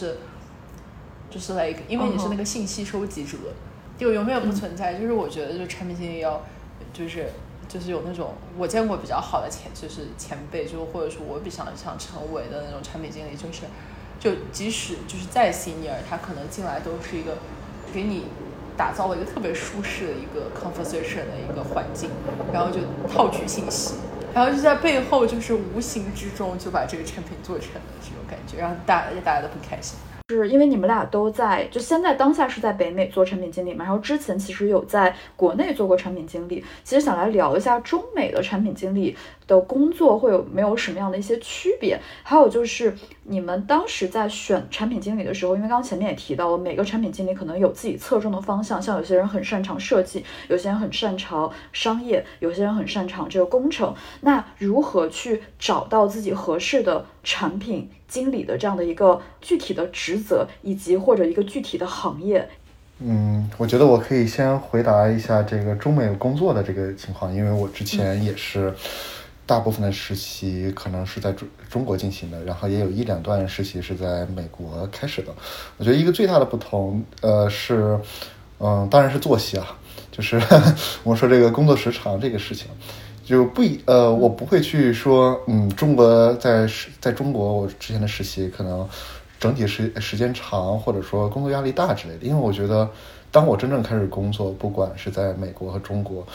like 因为你是那个信息收集者，就永远不存在。就是我觉得就产品经理要就是有那种我见过比较好的前辈，就或者说我比较想成为的那种产品经理，就即使就是再 senior， 他可能进来都是一个给你打造了一个特别舒适的一个 conversation 的一个环境，然后就套取信息，然后就在背后就是无形之中就把这个产品做成了这种感觉，让大家都很开心。 是因为你们俩都在，就现在当下是在北美做产品经理嘛，然后之前其实有在国内做过产品经理。其实想来聊一下中美的产品经理的工作会有没有什么样的一些区别，还有就是你们当时在选产品经理的时候，因为刚刚前面也提到了，每个产品经理可能有自己侧重的方向，像有些人很擅长设计，有些人很擅长商业，有些人很擅长这个工程。那如何去找到自己合适的产品经理的这样的一个具体的职责，以及或者一个具体的行业？ 我觉得我可以先回答一下这个中美工作的这个情况，因为我之前也是大部分的实习可能是在中国进行的，然后也有1-2段实习是在美国开始的。我觉得一个最大的不同是当然是作息啊，就是我说这个工作时长这个事情就我不会去说中国在中国我之前的实习可能整体时间长，或者说工作压力大之类的。因为我觉得当我真正开始工作，不管是在美国和中国，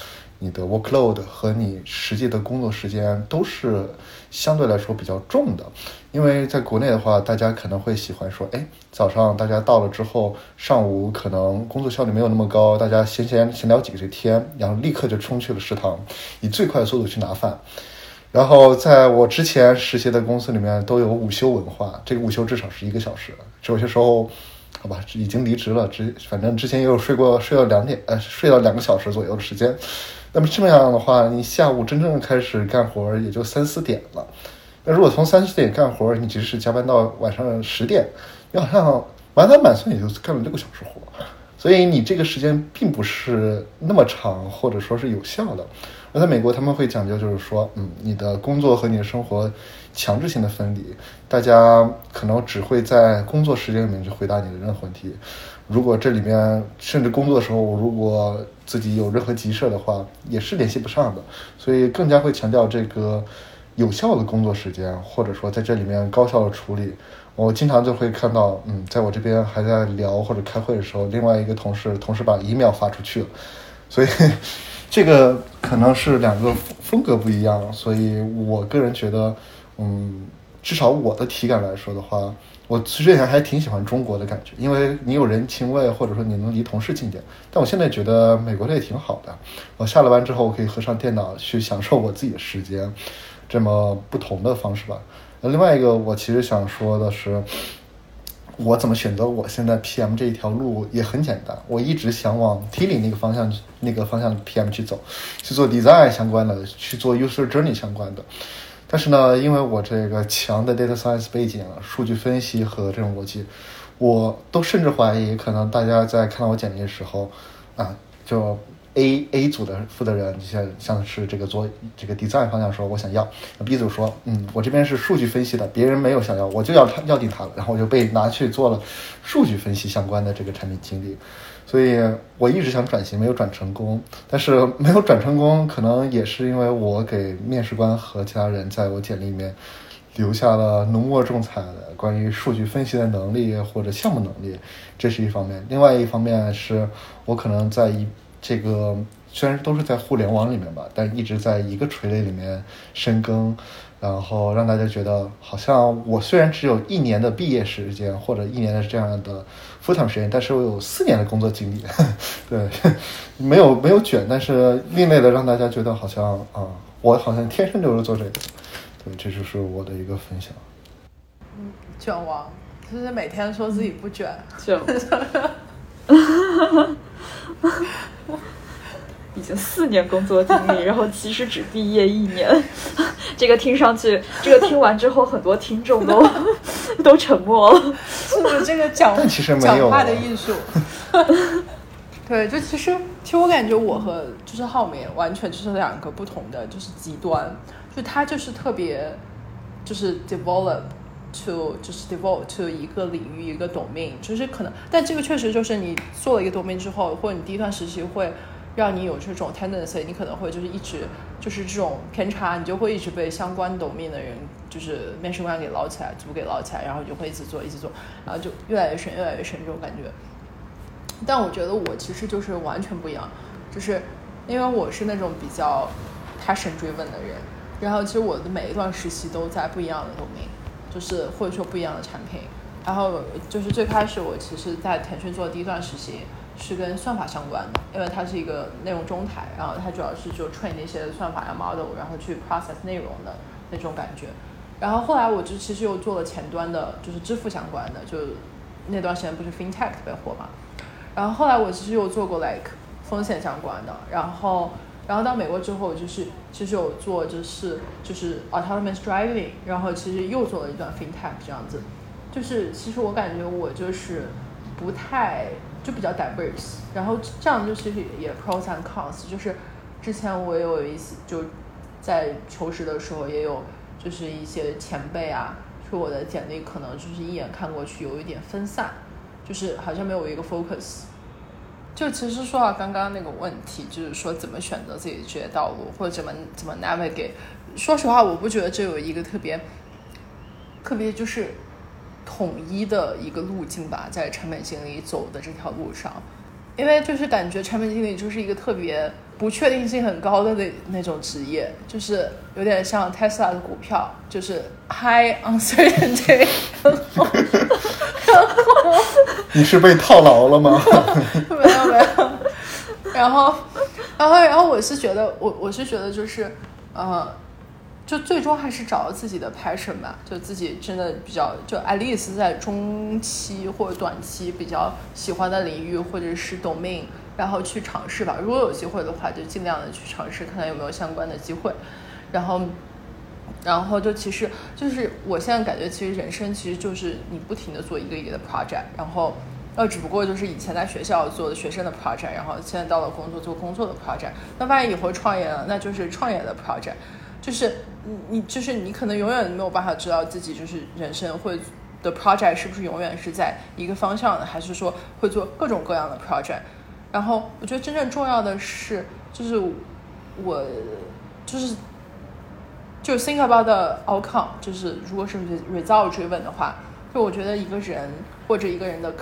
你的 workload 和你实际的工作时间都是相对来说比较重的。因为在国内的话，大家可能会喜欢说，早上大家到了之后，上午可能工作效率没有那么高，大家闲聊几个天，然后立刻就冲去了食堂，以最快的速度去拿饭。然后在我之前实习的公司里面都有午休文化，这个午休至少是1个小时，有些时候好吧已经离职了，反正之前也有睡到2个小时左右的时间。那么这么样的话，你下午真正开始干活也就3、4点了。那如果从3、4点干活，你即使加班到晚上10点，你好像满打满算也就干了6个小时活，所以你这个时间并不是那么长，或者说是有效的。而在美国他们会讲究就是说，你的工作和你的生活强制性的分离，大家可能只会在工作时间里面去回答你的任何问题。如果这里面甚至工作的时候，如果自己有任何急事的话，也是联系不上的，所以更加会强调这个有效的工作时间，或者说在这里面高效的处理。我经常就会看到，在我这边还在聊或者开会的时候，另外一个同事把 email 发出去了，所以这个可能是2个风格不一样。所以我个人觉得，至少我的体感来说的话，我之前还挺喜欢中国的感觉，因为你有人情味，或者说你能离同事近点。但我现在觉得美国的也挺好的，我下了班之后可以合上电脑去享受我自己的时间，这么不同的方式吧。另外一个我其实想说的是，我怎么选择我现在 PM 这一条路也很简单，我一直想往 Tilly 那个方向 PM 去走，去做 design 相关的，去做 user journey 相关的。但是呢，因为我这个强的 data science 背景数据分析和这种逻辑，我都甚至怀疑可能大家在看到我简历的时候就A 组的负责人像是这个做这个 design 方向说我想要， B 组说我这边是数据分析的，别人没有想要，我就要定他了，然后我就被拿去做了数据分析相关的这个产品经理。所以我一直想转型，没有转成功。但是没有转成功可能也是因为我给面试官和其他人在我简历里面留下了浓墨重彩的关于数据分析的能力或者项目能力，这是一方面。另外一方面是我可能在这个虽然都是在互联网里面吧，但一直在一个垂类里面深耕，然后让大家觉得好像我虽然只有1年的毕业时间或者1年的这样的 full time 时间，但是我有4年的工作经历对，没有卷，但是另类的让大家觉得好像我好像天生就是做这个。对，这就是我的一个分享。 卷王就是每天说自己不卷， 已经4年工作经历，然后其实只毕业1年，这个听完之后，很多听众都沉默了。 是不是这个讲话的艺术？对，就其实我感觉我和就是浩明完全就是2个不同的就是极端，就他就是特别就是 devote to 一个领域一个 domain， 就是可能，但这个确实就是你做了一个 domain 之后，或者你第一段实习会让你有这种 tendency， 你可能会就是一直就是这种偏差，你就会一直被相关 domain 的人就是面试官给捞起来，组给捞起来，然后你就会一直做，然后就越来越深这种感觉。但我觉得我其实就是完全不一样，就是因为我是那种比较 passion driven 的人，然后其实我的每一段实习都在不一样的 domain， 就是或者说不一样的产品。然后就是最开始我其实在腾讯做的第一段实习是跟算法相关的，因为它是一个内容中台，然后它主要是就 train 那些算法呀 model， 然后去 process 内容的那种感觉。然后后来我就其实又做了前端的，就是支付相关的，就那段时间不是 fintech 特别火嘛。然后后来我其实有做过 like 风险相关的，然后到美国之后就是其实有做就是 autonomous driving， 然后其实又做了一段 fintech 这样子。就是其实我感觉我就是不太就比较 diverse， 然后这样就其实也 pros and cons， 就是之前我有一些就在求职的时候也有就是一些前辈啊说我的简历可能就是一眼看过去有一点分散，就是好像没有一个 focus。 就其实说到刚刚那个问题，就是说怎么选择自己的职业道路或者怎么 navigate， 说实话我不觉得这有一个特别就是统一的一个路径吧，在产品经理走的这条路上。 因为就是感觉产品经理就是一个特别不确定性很高的那种职业，就是有点像 Tesla 的股票，就是 high uncertainty 你是被套牢了吗？ 没有，然后我是觉得我是觉得就是就最终还是找到自己的 passion 吧，就自己真的比较就 at least 在中期或者短期比较喜欢的领域或者是 domain， 然后去尝试吧。如果有机会的话，就尽量的去尝试，看看有没有相关的机会。然后就其实就是我现在感觉，其实人生其实就是你不停的做一个一个的 project， 然后只不过就是以前在学校做的学生的 project， 然后现在到了工作做工作的 project。那万一以后创业了，那就是创业的 project。就是你可能永远没有办法知道自己就是人生会的 project 是不是永远是在一个方向的，还是说会做各种各样的 project。然后我觉得真正重要的是，就是我就 think about the outcome， 就是如果是 result driven 的话，就我觉得一个人或者一个人的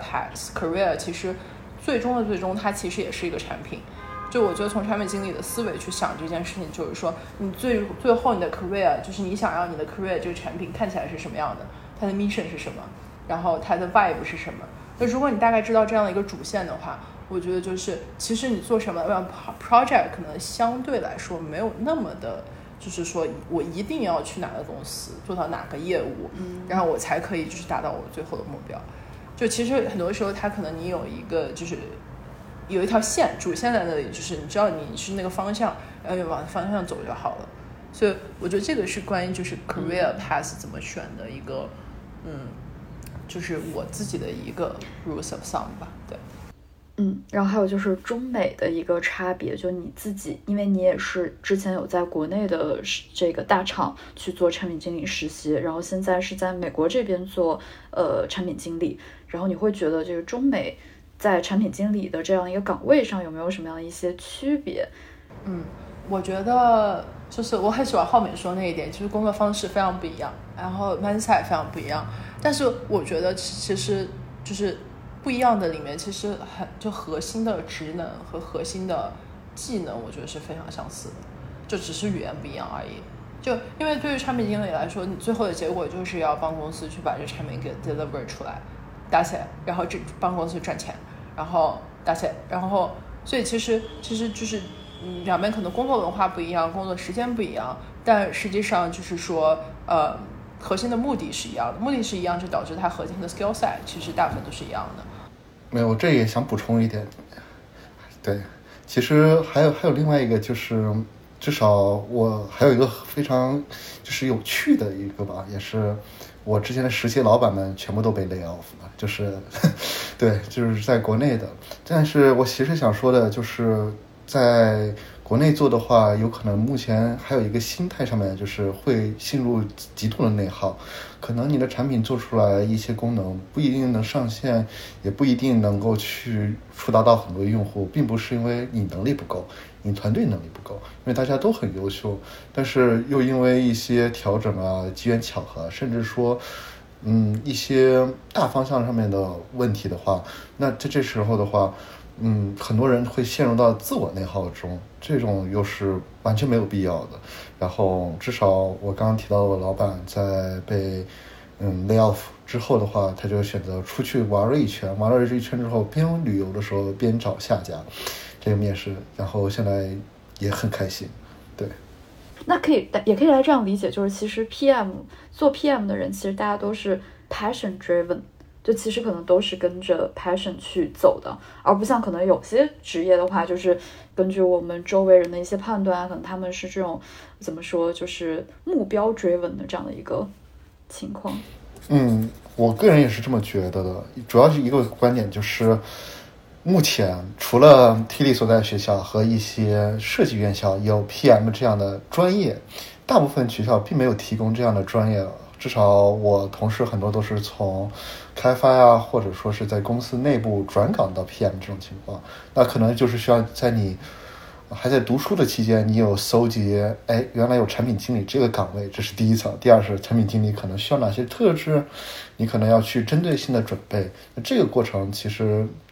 career 其实最终它其实也是一个产品。就我觉得从产品经理的思维去想这件事情，就是说你最后你的 career， 就是你想让你的 career 这个产品看起来是什么样的，它的 mission 是什么，然后它的 vibe 是什么。那如果你大概知道这样的一个主线的话，我觉得就是其实你做什么 project 可能相对来说没有那么的就是说我一定要去哪个公司做到哪个业务，然后我才可以就是达到我最后的目标。就其实很多时候它可能你有一个就是有一条线主线在那里，就是你知道你是那个方向，然后往方向走就好了。所以我觉得这个是关于就是 career path 怎么选的一个就是我自己的一个 rules of thumb 吧。对。 然后还有就是中美的一个差别，就你自己，因为你也是之前有在国内的这个大厂去做产品经理实习，然后现在是在美国这边做产品经理，然后你会觉得这个中美在产品经理的这样一个岗位上有没有什么样的一些区别？ 我觉得就是我很喜欢浩美说那一点，就是工作方式非常不一样，然后 mindset 非常不一样，但是我觉得其实就是不一样的里面，其实就核心的职能和核心的技能，我觉得是非常相似的，就只是语言不一样而已。就因为对于产品经理来说，你最后的结果就是要帮公司去把这产品给 deliver 出来，打起来，然后帮公司赚钱，然后打起来，然后所以其实就是两边可能工作文化不一样，工作时间不一样，但实际上就是说核心的目的是一样的，目的是一样，就导致它核心的 skill set 其实大部分都是一样的。 没有，我这也想补充一点。对，其实还有另外一个，就是至少我还有一个非常就是有趣的一个吧，也是我之前的实习老板们全部都被 lay off 了，就是对，就是在国内的。但是我其实想说的就是在国内做的话，有可能目前还有一个心态上面，就是会陷入极度的内耗，可能你的产品做出来一些功能不一定能上线，也不一定能够去触达到很多用户，并不是因为你能力不够，你团队能力不够，因为大家都很优秀，但是又因为一些调整啊、机缘巧合，甚至说一些大方向上面的问题的话，那在这时候的话很多人会陷入到自我内耗中，这种又是完全没有必要的。然后至少我刚刚提到的老板在被lay off 之后的话，他就选择出去玩了一圈之后，边旅游的时候边找下家这个面试，然后现在也很开心。对， 那也可以来这样理解，就是其实做 PM 的人，其实大家都是 passion driven，就其实可能都是跟着 passion 去走的，而不像可能有些职业的话，就是根据我们周围人的一些判断啊，可能他们是这种怎么说，就是目标 driven 的这样的一个情况。 我个人也是这么觉得的，主要是一个观点，就是目前除了 Tilly 所在的学校和一些设计院校有 PM 这样的专业，大部分学校并没有提供这样的专业。至少我同事很多都是从开发呀，或者说是在公司内部转岗到 PM 这种情况，那可能就是需要在你还在读书的期间，你有搜集原来有产品经理这个岗位，这是第一层。第二是产品经理可能需要哪些特质，你可能要去针对性的准备。那这个过程其实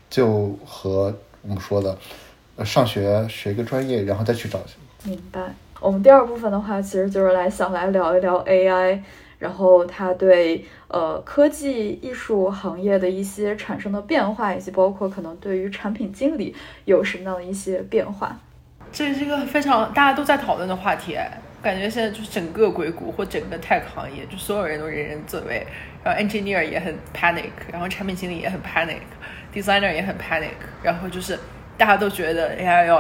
就和我们说的上学学一个专业，然后再去找。 明白。我们第二部分的话，其实就是想来聊一聊 AI， 然后它对科技艺术行业的一些产生的变化，以及包括可能对于产品经理有什么样的一些变化。 这是一个非常大家都在讨论的话题，感觉现在就是整个硅谷或整个 tech 行业，就所有人都人人自危，然后 engineer 也很 panic， 然后产品经理也很 panic， designer 也很 panic， 然后就是大家都觉得 AI 要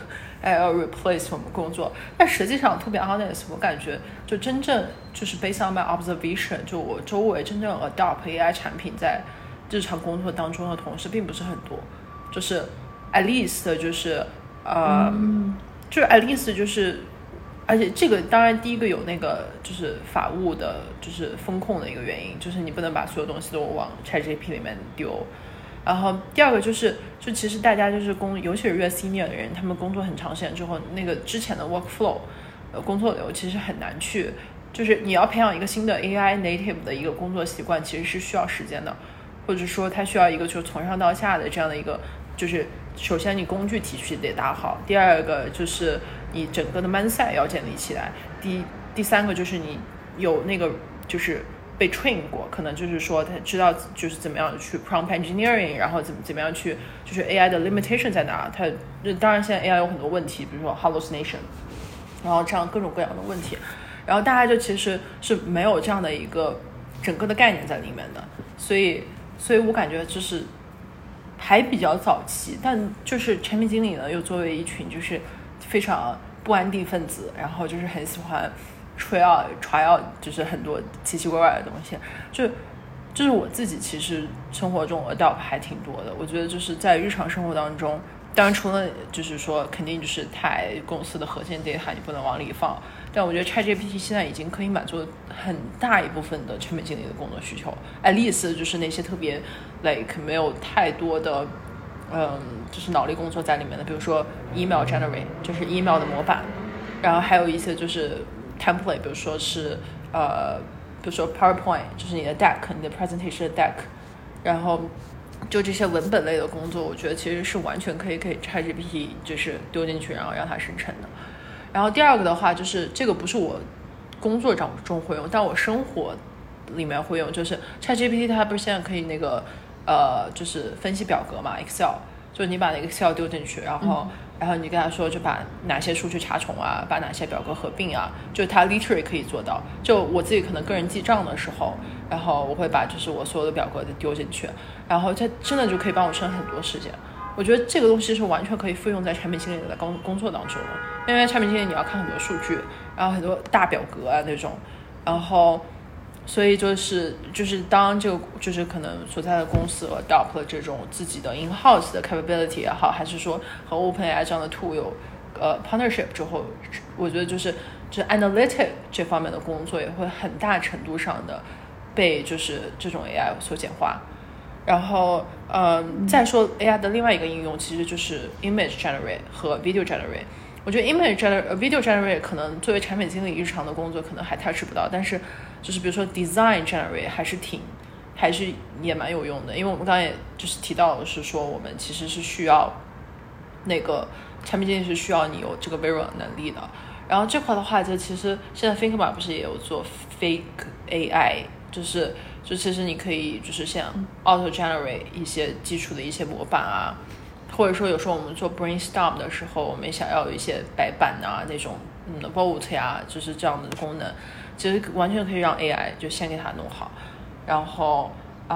replace 我们工作，但实际上 to be honest， 我感觉就真正就是 based on my observation， 就我周围真正 adopt AI 产品在日常工作当中的同事并不是很多，就是 at least 就是就是 at least 就是，而且这个当然第一个有那个就是法务的，就是风控的一个原因，就是你不能把所有东西都往 ChatGPT 里面丢。然后第二个就其实大家就是尤其是越 senior 的人，他们工作很长时间之后，那个之前的 workflow 工作流其实很难去，就是你要培养一个新的 AI native 的一个工作习惯，其实是需要时间的，或者说它需要一个就是从上到下的这样的一个，就是首先你工具体系得打好，第二个就是你整个的 mindset 要建立起来，第三个就是你有那个就是被 train 过，可能就是说他知道就是怎么样去 prompt engineering， 然后怎么样去就是 AI 的 limitation 在哪，它当然现在 AI 有很多问题，比如说 hallucination， 然后这样各种各样的问题，然后大家就其实是没有这样的一个整个的概念在里面的，所以我感觉就是还比较早期，但就是产品经理呢又作为一群就是非常不安定分子，然后就是很喜欢try out 就是很多奇奇怪怪的东西，就是我自己其实生活中 adopt 还挺多的。我觉得就是在日常生活当中，当然除了就是说肯定就是太公司的核心 data 你不能往里放，但我觉得 ChatGPT 现在已经可以满足很大一部分的产品经理的工作需求， at least 就是那些特别 like 没有太多的就是脑力工作在里面的，比如说 email generate 就是 email 的模板，然后还有一些就是template， 比如说是比如说 PowerPoint 就是你的 deck， 你的 presentation 的 deck， 然后就这些文本类的工作，我觉得其实是完全可以给 ChatGPT 就是丢进去，然后让它生成的。然后第二个的话，就是这个不是我工作中会用，但我生活里面会用，就是 ChatGPT 它不是现在可以那个就是分析表格嘛 Excel， 就是你把那个 Excel 丢进去，然后你跟他说就把哪些数据查重啊，把哪些表格合并啊，就他 literally 可以做到。就我自己可能个人记账的时候，然后我会把就是我所有的表格丢进去，然后它真的就可以帮我省很多时间。我觉得这个东西是完全可以复用在产品经理的工作当中的，因为产品经理你要看很多数据，然后很多大表格啊那种，然后所以就是当这个就是可能所在的公司 adopt 了这种自己的 in-house 的 capability 也好，还是说和 OpenAI 这样的 tool 有partnership 之后，我觉得就是 analytic 这方面的工作也会很大程度上的被就是这种 AI 所简化。然后再说 AI 的另外一个应用其实就是 image generate 和 video generate。我觉得 video generate 可能作为产品经理日常的工作可能还 touch 不到，但是就是比如说 design generate 还是也蛮有用的，因为我们刚才也就是提到的是说我们其实是需要那个产品经理是需要你有这个微软能力的。然后这块的话，就其实现在 Figma 不是也有做 fake AI， 就其实你可以就是像 auto generate 一些基础的一些模板啊，或者说有时候我们做 brainstorm 的时候，我们想要有一些白板啊那种vote 呀，就是这样的功能，其实完全可以让 AI 就先给它弄好。然后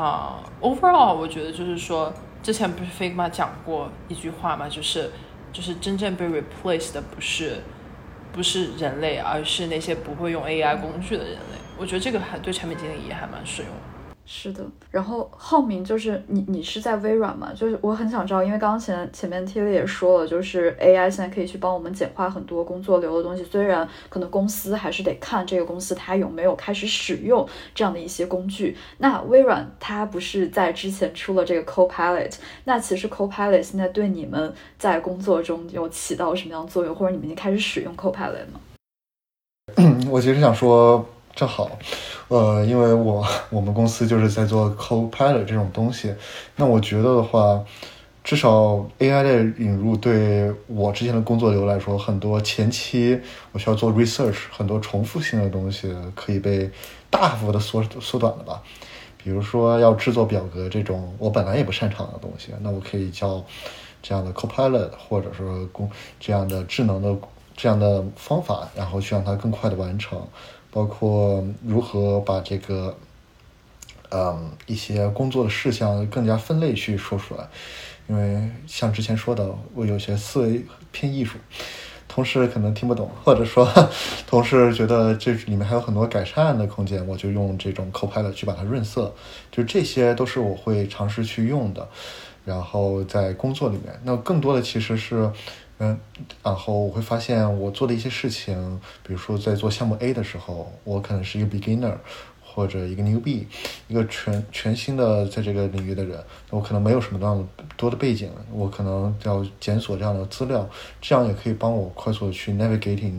overall 我觉得就是说，之前不是 Figma 讲过一句话嘛，就是真正被 replace 的不是人类，而是那些不会用 AI 工具的人类。我觉得这个对产品经理也还蛮适用的。 是的，然后浩明就是你是在微软嘛？就是我很想知道，因为刚刚前面 Tilly 也说了，就是 AI 现在可以去帮我们简化很多工作流的东西，虽然可能公司还是得看这个公司它有没有开始使用这样的一些工具。那微软它不是在之前出了这个 Copilot， 那其实 Copilot 现在对你们在工作中有起到什么样的作用，或者你们已经开始使用 Copilot 吗？ 我其实想说正好，因为我们公司就是在做 Copilot 这种东西，那我觉得的话，至少 AI 的引入对我之前的工作流来说，很多前期我需要做 research， 很多重复性的东西可以被大幅的缩短了吧。比如说要制作表格这种我本来也不擅长的东西，那我可以叫这样的 Copilot 或者说这样的智能的这样的方法，然后去让它更快的完成。包括如何把这个一些工作的事项更加分类去说出来，因为像之前说的，我有些思维偏艺术，同事可能听不懂，或者说同事觉得这里面还有很多改善的空间，我就用这种 Copilot 去把它润色，就这些都是我会尝试去用的。然后在工作里面，那更多的其实是然后我会发现我做的一些事情，比如说在做项目 A 的时候，我可能是一个 beginner 或者一个 newbie， 一个全新的在这个领域的人，我可能没有什么多的背景，我可能要检索这样的资料，这样也可以帮我快速的去 navigating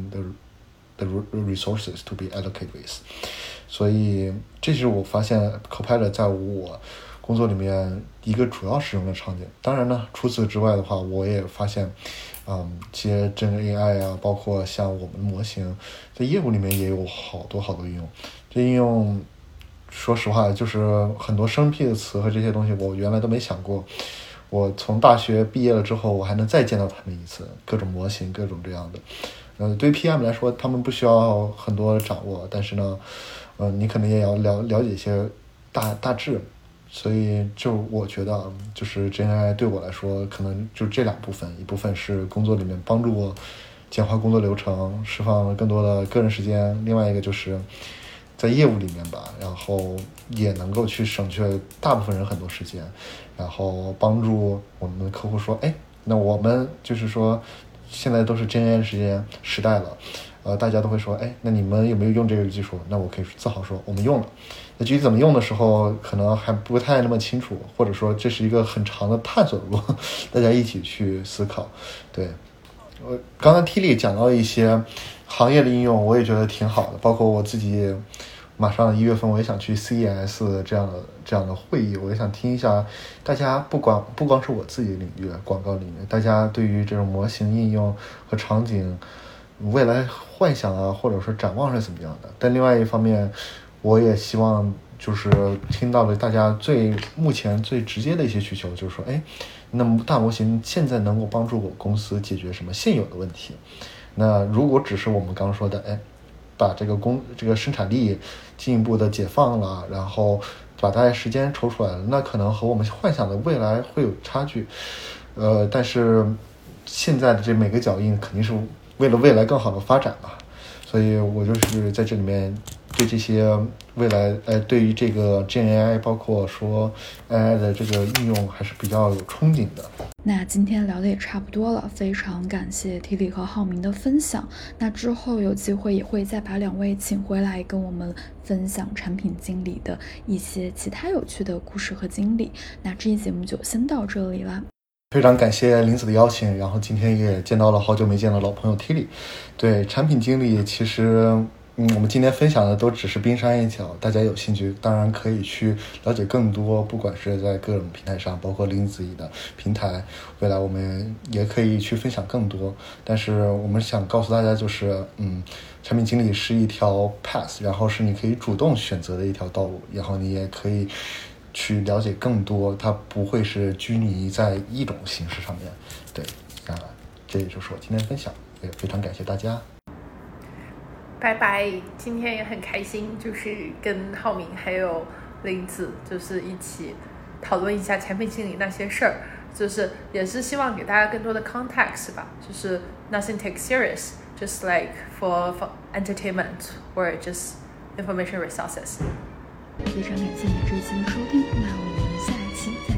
the resources to be allocated with。 所以这是我发现 Copilot 在我工作里面一个主要使用的场景。当然呢，除此之外的话，我也发现这些真人 AI 啊，包括像我们的模型，在业务里面也有好多应用。这应用说实话就是很多生僻的词和这些东西我原来都没想过，我从大学毕业了之后，我还能再见到他们一次，各种模型，各种这样的。对于 PM 来说，他们不需要很多掌握，但是呢你可能也要了解一些大致。所以就我觉得就是 GenAI 对我来说可能就这两部分，一部分是工作里面帮助我简化工作流程，释放更多的个人时间，另外一个就是在业务里面吧，然后也能够去省却大部分人很多时间，然后帮助我们的客户说，那我们就是说现在都是 GenAI 时代了，大家都会说，那你们有没有用这个技术？那我可以自豪说我们用了。那具体怎么用的时候可能还不太那么清楚，或者说这是一个很长的探索的路，大家一起去思考。对，我刚刚 Tilly 讲到一些行业的应用，我也觉得挺好的，包括我自己马上1月份我也想去 CES 这样的会议，我也想听一下大家不光是我自己领域广告领域，大家对于这种模型应用和场景未来幻想啊，或者说展望是怎么样的。但另外一方面，我也希望就是听到了大家目前最直接的一些需求，就是说那么大模型现在能够帮助我公司解决什么现有的问题。那如果只是我们刚刚说的把这个生产力进一步的解放了，然后把大家时间抽出来了，那可能和我们幻想的未来会有差距。但是现在的这每个脚印肯定是为了未来更好的发展嘛。所以我就是在这里面对这些未来对于这个 GenAI 包括说 AI 的这个应用还是比较有憧憬的。 那今天聊的也差不多了，非常感谢 Tilly 和浩明的分享。那之后有机会也会再把2位请回来跟我们分享产品经理的一些其他有趣的故事和经历。那这期节目就先到这里啦。 非常感谢林子的邀请，然后今天也见到了好久没见的老朋友 Tilly。 对，产品经理其实我们今天分享的都只是冰山一角，大家有兴趣当然可以去了解更多，不管是在各种平台上，包括林子的平台，未来我们也可以去分享更多。但是我们想告诉大家就是产品经理是一条 path， 然后是你可以主动选择的一条道路，然后你也可以去了解更多，它不会是拘泥在一种形式上面。对，这也就是我今天分享，也非常感谢大家。 拜拜，今天也很开心，就是跟浩明还有林子就是一起讨论一下产品经理那些事儿，就是也是希望给大家更多的 context 吧，就是 nothing take serious, just like for entertainment or just information resources。 非常感谢你这期的收听，那我们下一期再见。